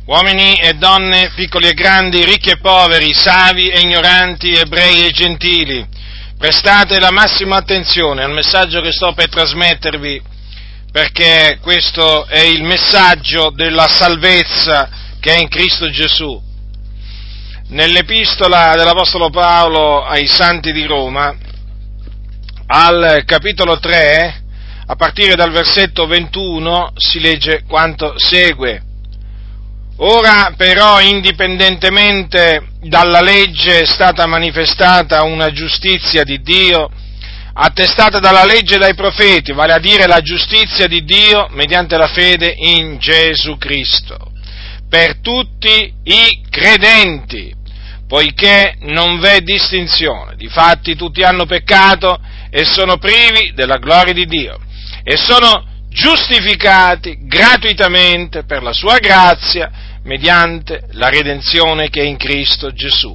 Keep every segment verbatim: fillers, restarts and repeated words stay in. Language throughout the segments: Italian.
uomini e donne, piccoli e grandi, ricchi e poveri, savi e ignoranti, ebrei e gentili, prestate la massima attenzione al messaggio che sto per trasmettervi, perché questo è il messaggio della salvezza che è in Cristo Gesù. Nell'epistola dell'Apostolo Paolo ai Santi di Roma, al capitolo tre, a partire dal versetto ventuno, si legge quanto segue. Ora però, indipendentemente dalla legge, è stata manifestata una giustizia di Dio, attestata dalla legge e dai profeti, vale a dire la giustizia di Dio mediante la fede in Gesù Cristo, per tutti i credenti, poiché non v'è distinzione. Difatti tutti hanno peccato e sono privi della gloria di Dio, e sono giustificati gratuitamente per la sua grazia mediante la redenzione che è in Cristo Gesù,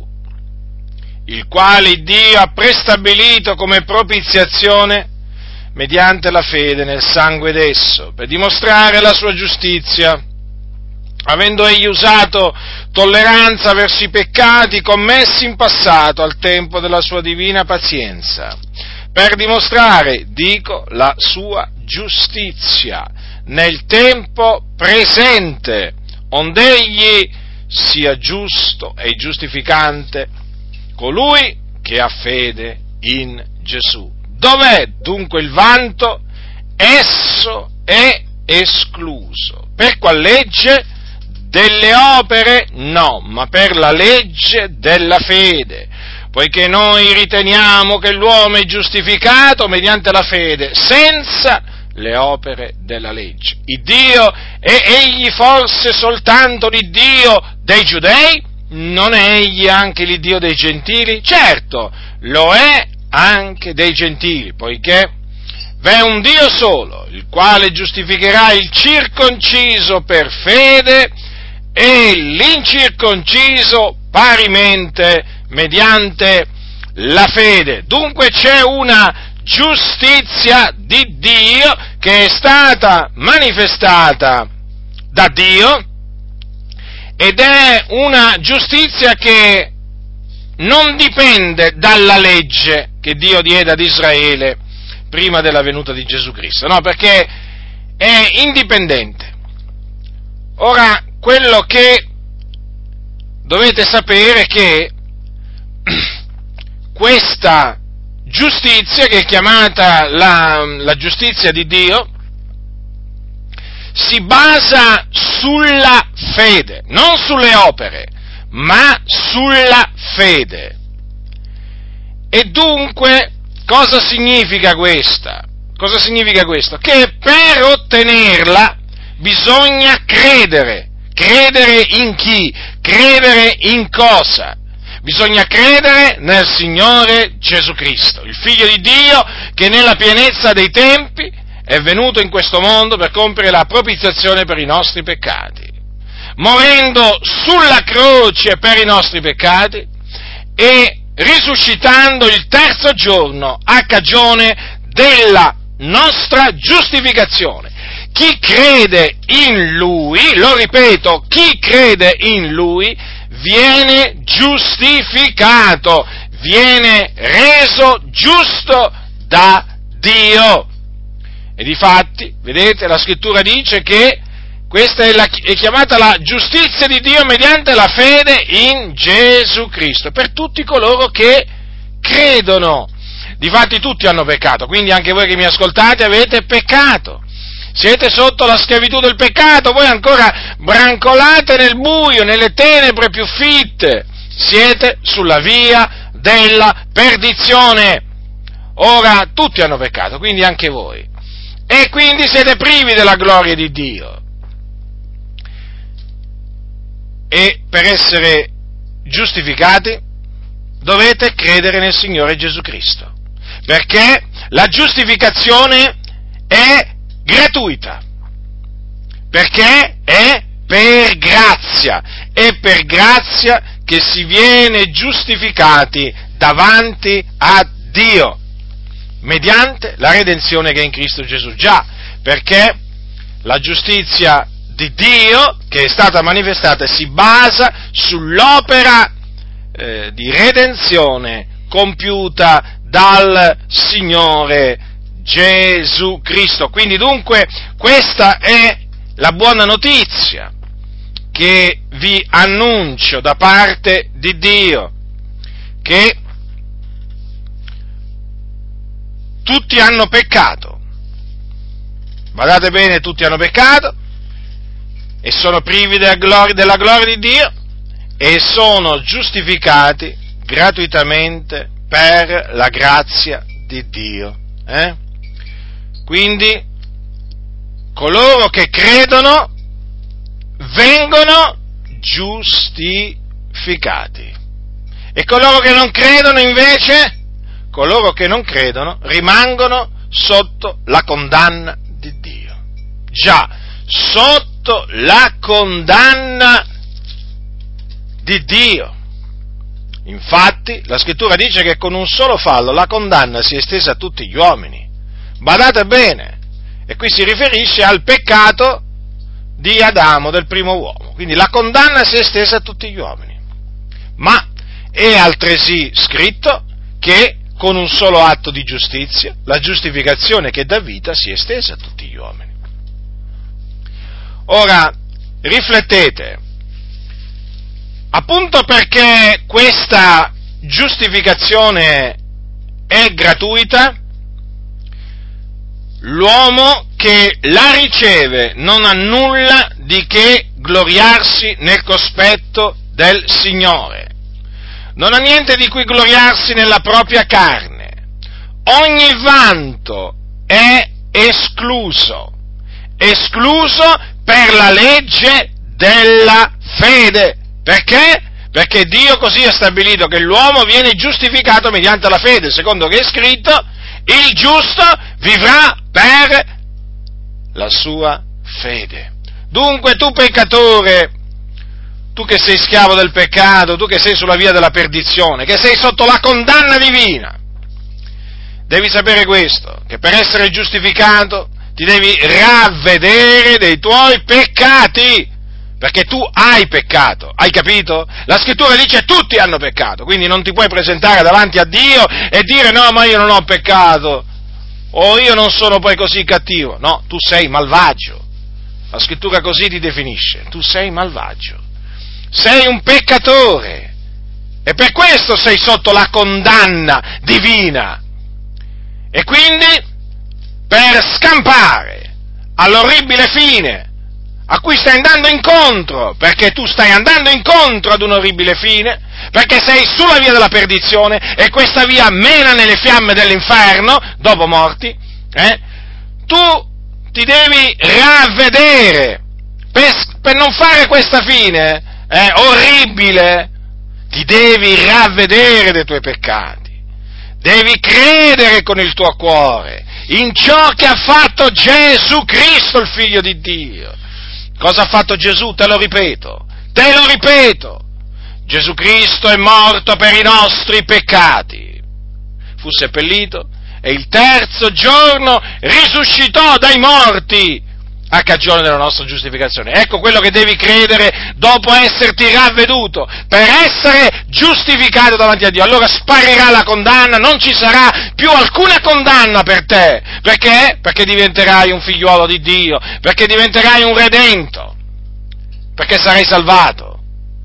il quale Dio ha prestabilito come propiziazione mediante la fede nel sangue d'esso, per dimostrare la sua giustizia, avendo egli usato tolleranza verso i peccati commessi in passato al tempo della sua divina pazienza, per dimostrare, dico, la sua giustizia nel tempo presente, ond'egli sia giusto e giustificante colui che ha fede in Gesù. Dov'è dunque il vanto? Esso è escluso. Per qual legge? Delle opere? No, ma per la legge della fede, poiché noi riteniamo che l'uomo è giustificato mediante la fede, senza le opere della legge. Il Dio è egli forse soltanto l'Iddio dei giudei? Non è egli anche l'Iddio dei gentili? Certo, lo è anche dei gentili, poiché v'è un Dio solo, il quale giustificherà il circonciso per fede e l'incirconciso parimente mediante la fede. Dunque c'è una giustizia di Dio che è stata manifestata da Dio, ed è una giustizia che non dipende dalla legge che Dio diede ad Israele prima della venuta di Gesù Cristo, no, perché è indipendente. Ora, quello che dovete sapere è che questa giustizia, che è chiamata la, la giustizia di Dio, si basa sulla fede, non sulle opere, ma sulla fede. E dunque, cosa significa questa? Cosa significa questo? Che per ottenerla bisogna credere. Credere in chi? Credere in cosa? Bisogna credere nel Signore Gesù Cristo, il Figlio di Dio, che nella pienezza dei tempi è venuto in questo mondo per compiere la propiziazione per i nostri peccati, morendo sulla croce per i nostri peccati e risuscitando il terzo giorno a cagione della nostra giustificazione. Chi crede in Lui, lo ripeto, chi crede in Lui viene giustificato, viene reso giusto da Dio. E difatti, vedete, la Scrittura dice che questa è, la, è chiamata la giustizia di Dio mediante la fede in Gesù Cristo, per tutti coloro che credono. Difatti tutti hanno peccato, quindi anche voi che mi ascoltate avete peccato. Siete sotto la schiavitù del peccato, voi ancora brancolate nel buio, nelle tenebre più fitte, siete sulla via della perdizione. Ora, tutti hanno peccato, quindi anche voi, e quindi siete privi della gloria di Dio. E per essere giustificati dovete credere nel Signore Gesù Cristo, perché la giustificazione è gratuita, perché è per grazia, è per grazia che si viene giustificati davanti a Dio, mediante la redenzione che è in Cristo Gesù. Già, perché la giustizia di Dio che è stata manifestata si basa sull'opera eh, di redenzione compiuta dal Signore Gesù Cristo. Quindi dunque questa è la buona notizia che vi annuncio da parte di Dio, che tutti hanno peccato. Badate bene, tutti hanno peccato e sono privi della gloria, della gloria di Dio e sono giustificati gratuitamente per la grazia di Dio. Eh? Quindi coloro che credono vengono giustificati e coloro che non credono invece, coloro che non credono rimangono sotto la condanna di Dio. Già, sotto la condanna di Dio. Infatti, la Scrittura dice che con un solo fallo la condanna si è estesa a tutti gli uomini. Badate bene, e qui si riferisce al peccato di Adamo, del primo uomo. Quindi la condanna si è estesa a tutti gli uomini. Ma è altresì scritto che con un solo atto di giustizia la giustificazione che dà vita si è estesa a tutti gli uomini. Ora, riflettete, appunto perché questa giustificazione è gratuita, l'uomo che la riceve non ha nulla di che gloriarsi nel cospetto del Signore. Non ha niente di cui gloriarsi nella propria carne. Ogni vanto è escluso, escluso per la legge della fede. Perché? Perché Dio così ha stabilito che l'uomo viene giustificato mediante la fede, secondo che è scritto, il giusto vivrà per la sua fede. Dunque tu peccatore, tu che sei schiavo del peccato, tu che sei sulla via della perdizione, che sei sotto la condanna divina, devi sapere questo, che per essere giustificato ti devi ravvedere dei tuoi peccati, perché tu hai peccato, hai capito? La Scrittura dice tutti hanno peccato, quindi non ti puoi presentare davanti a Dio e dire no, ma io non ho peccato, o io non sono poi così cattivo. No, tu sei malvagio, la Scrittura così ti definisce, tu sei malvagio. Sei un peccatore e per questo sei sotto la condanna divina e quindi per scampare all'orribile fine a cui stai andando incontro, perché tu stai andando incontro ad un orribile fine, perché sei sulla via della perdizione e questa via mena nelle fiamme dell'inferno dopo morti, eh? Tu ti devi ravvedere per, per non fare questa fine Eh, orribile, ti devi ravvedere dei tuoi peccati, devi credere con il tuo cuore in ciò che ha fatto Gesù Cristo, il Figlio di Dio. Cosa ha fatto Gesù? Te lo ripeto, te lo ripeto, Gesù Cristo è morto per i nostri peccati, fu seppellito e il terzo giorno risuscitò dai morti a cagione della nostra giustificazione. Ecco quello che devi credere dopo esserti ravveduto, per essere giustificato davanti a Dio. Allora sparirà la condanna, non ci sarà più alcuna condanna per te. Perché? Perché diventerai un figliuolo di Dio, perché diventerai un redento, perché sarai salvato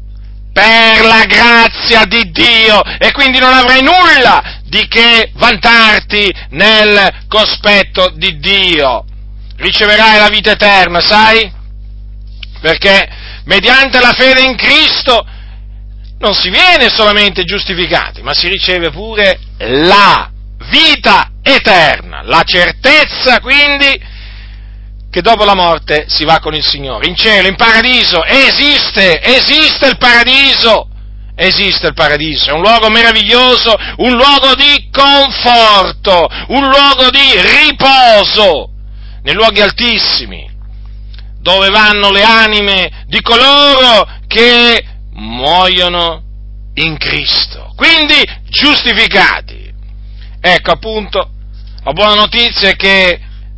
per la grazia di Dio e quindi non avrai nulla di che vantarti nel cospetto di Dio. Riceverai la vita eterna, sai? Perché mediante la fede in Cristo non si viene solamente giustificati, ma si riceve pure la vita eterna, la certezza quindi che dopo la morte si va con il Signore, in cielo, in paradiso. Esiste, esiste il paradiso, esiste il paradiso, è un luogo meraviglioso, un luogo di conforto, un luogo di riposo, nei luoghi altissimi, dove vanno le anime di coloro che muoiono in Cristo, quindi giustificati. Ecco appunto, la buona notizia è che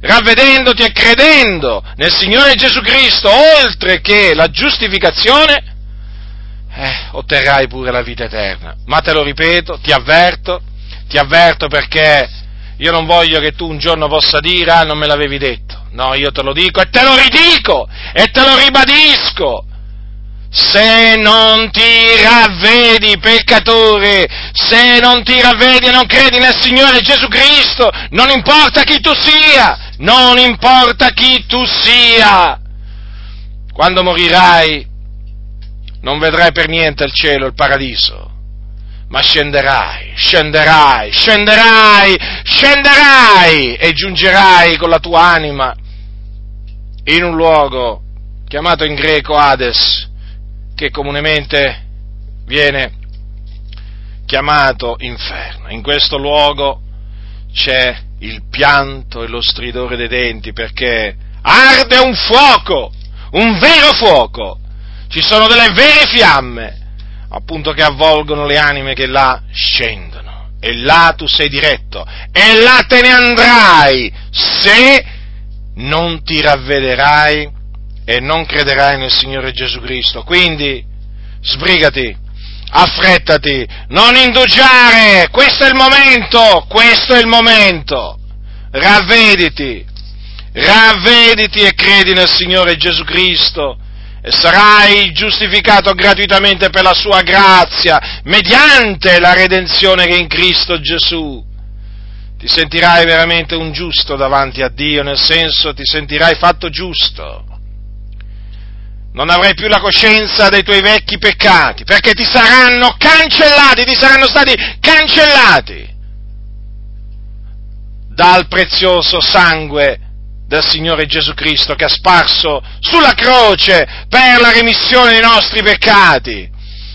ravvedendoti e credendo nel Signore Gesù Cristo, oltre che la giustificazione, eh, otterrai pure la vita eterna. Ma te lo ripeto, ti avverto, ti avverto perché io non voglio che tu un giorno possa dire, ah, non me l'avevi detto. No, io te lo dico e te lo ridico e te lo ribadisco. Se non ti ravvedi, peccatore, se non ti ravvedi e non credi nel Signore Gesù Cristo, non importa chi tu sia, non importa chi tu sia, quando morirai non vedrai per niente il cielo, il paradiso, ma scenderai, scenderai, scenderai, scenderai e giungerai con la tua anima in un luogo chiamato in greco Hades, che comunemente viene chiamato inferno. In questo luogo c'è il pianto e lo stridore dei denti, perché arde un fuoco, un vero fuoco, ci sono delle vere fiamme, appunto, che avvolgono le anime che là scendono, e là tu sei diretto, e là te ne andrai, se non ti ravvederai e non crederai nel Signore Gesù Cristo. Quindi sbrigati, affrettati, non indugiare, questo è il momento, questo è il momento, ravvediti, ravvediti e credi nel Signore Gesù Cristo e sarai giustificato gratuitamente per la sua grazia, mediante la redenzione che è in Cristo Gesù. Ti sentirai veramente un giusto davanti a Dio, nel senso ti sentirai fatto giusto. Non avrai più la coscienza dei tuoi vecchi peccati, perché ti saranno cancellati, ti saranno stati cancellati dal prezioso sangue del Signore Gesù Cristo che ha sparso sulla croce per la remissione dei nostri peccati.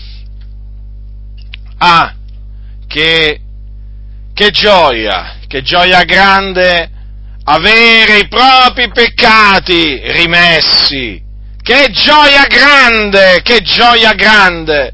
Ah, che, che gioia, che gioia grande avere i propri peccati rimessi. Che gioia grande, che gioia grande!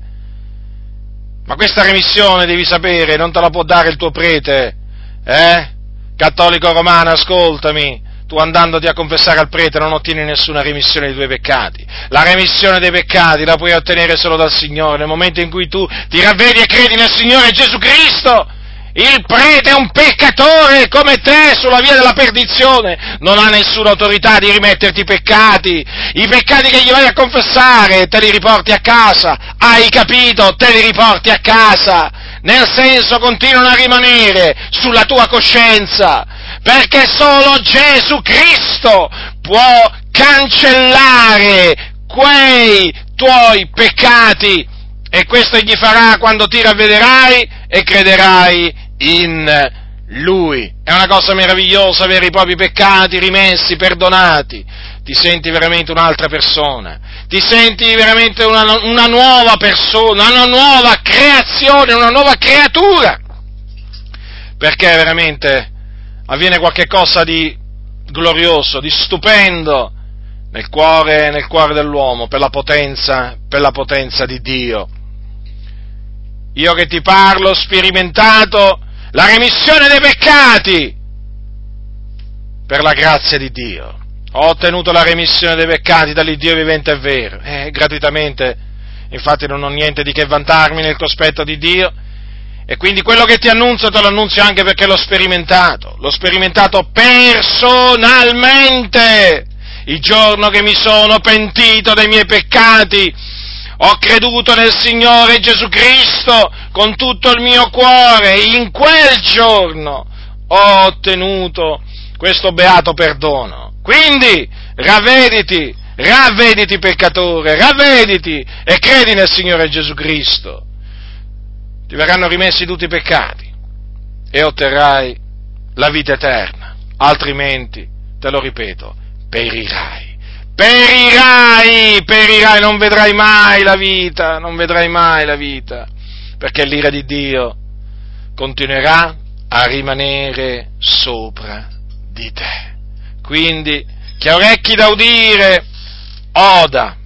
Ma questa remissione, devi sapere, non te la può dare il tuo prete, eh? Cattolico romano, ascoltami, tu andandoti a confessare al prete non ottieni nessuna remissione dei tuoi peccati. La remissione dei peccati la puoi ottenere solo dal Signore, nel momento in cui tu ti ravvedi e credi nel Signore Gesù Cristo. Il prete è un peccatore come te sulla via della perdizione, non ha nessuna autorità di rimetterti i peccati, i peccati che gli vai a confessare te li riporti a casa, hai capito? Te li riporti a casa, nel senso continuano a rimanere sulla tua coscienza, perché solo Gesù Cristo può cancellare quei tuoi peccati, e questo egli farà quando ti ravvederai e crederai in Lui. È una cosa meravigliosa avere i propri peccati rimessi, perdonati, ti senti veramente un'altra persona, ti senti veramente una, una nuova persona, una nuova creazione, una nuova creatura, perché veramente avviene qualche cosa di glorioso, di stupendo nel cuore, nel cuore dell'uomo, per la potenza, per la potenza di Dio. Io che ti parlo ho sperimentato la remissione dei peccati per la grazia di Dio. Ho ottenuto la remissione dei peccati dall'Iddio vivente e vero, eh, gratuitamente, infatti non ho niente di che vantarmi nel cospetto di Dio, e quindi quello che ti annunzio te lo annunzio anche perché l'ho sperimentato, l'ho sperimentato personalmente, il giorno che mi sono pentito dei miei peccati. Ho creduto nel Signore Gesù Cristo con tutto il mio cuore, in quel giorno ho ottenuto questo beato perdono. Quindi ravvediti, ravvediti peccatore, ravvediti e credi nel Signore Gesù Cristo. Ti verranno rimessi tutti i peccati e otterrai la vita eterna, altrimenti, te lo ripeto, perirai. Perirai, perirai, non vedrai mai la vita, non vedrai mai la vita, perché l'ira di Dio continuerà a rimanere sopra di te. Quindi, chi ha orecchi da udire, oda.